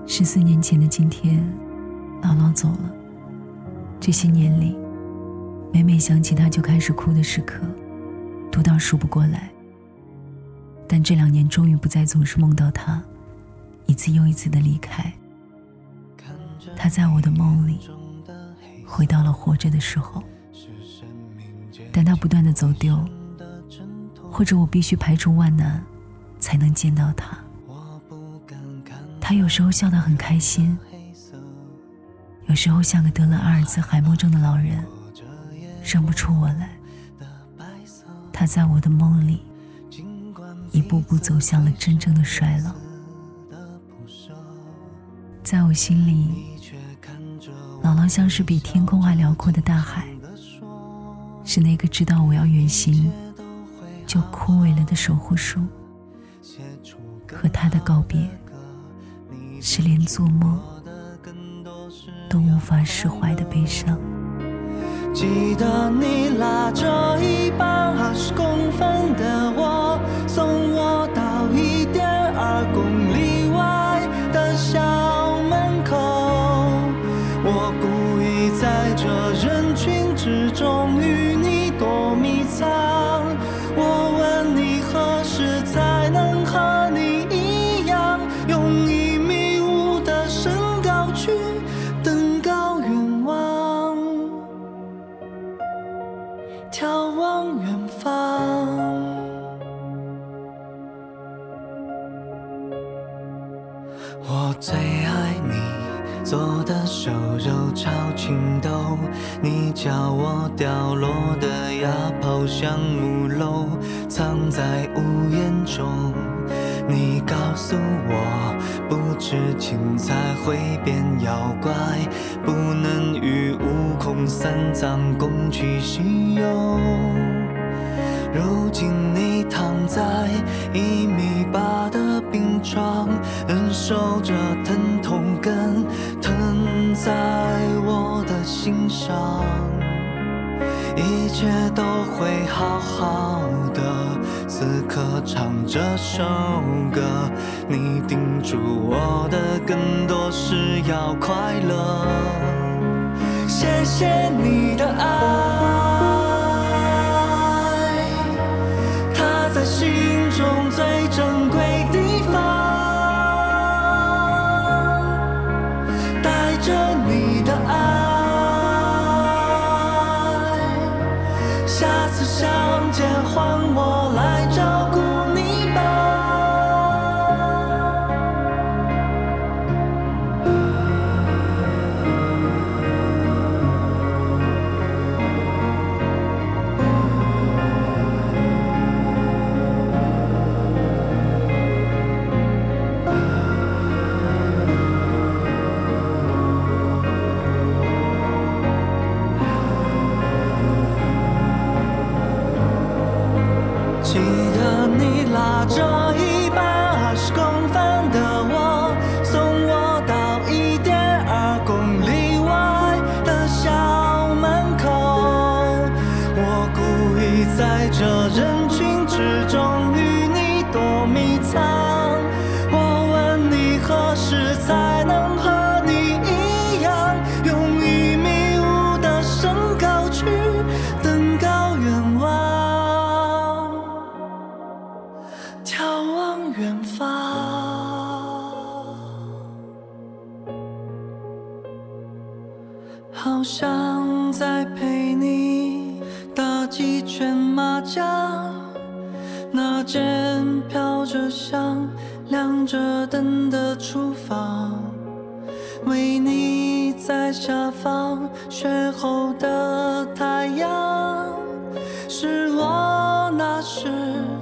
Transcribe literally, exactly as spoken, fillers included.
十四年前的今天，姥姥走了。这些年里，每每想起她就开始哭的时刻，多到数不过来。但这两年终于不再总是梦到她一次又一次的离开。她在我的梦里回到了活着的时候，但她不断的走丢，或者我必须排除万难才能见到她。她有时候笑得很开心，有时候像个得了阿尔兹海默症的老人，认不出我来。她在我的梦里一步步走向了真正的衰老。在我心里，姥姥像是比天空还辽阔的大海，是那个知道我要远行就枯萎了的守护树。和她的告别，是连做梦都无法释怀的悲伤。 记得你拉着一百二十公分的我，送我到一点二公里外的小门口。我故意在这人群之中与你躲迷藏。我问你何时才能和你一样，用一米五的身高去登高远望，眺望远方。我最爱你做的瘦肉炒青豆，你教我掉落的牙抛向木楼，藏在屋檐中。你告诉我，不吃青菜会变妖怪，不能与悟空三藏共去西游。如今你躺在一米八的病床，忍受着疼痛跟疼在我的心上，一切都会好好的。此刻唱这首歌，你叮嘱我的更多是要快乐。谢谢你的爱，它在心中最珍贵地方，带着你的爱，下次相见换我来照顾你吧。记得你拉着一百二十公分的我，送我到一点二公里外的小门口。我故意在这人群之中与你躲迷藏。我问你何时才能和你一样，用一米五的身高去登高远望，眺望远方。好想再陪你打几圈麻将，那间飘着香亮着灯的厨房，为你在下方雪后的太阳，是我那时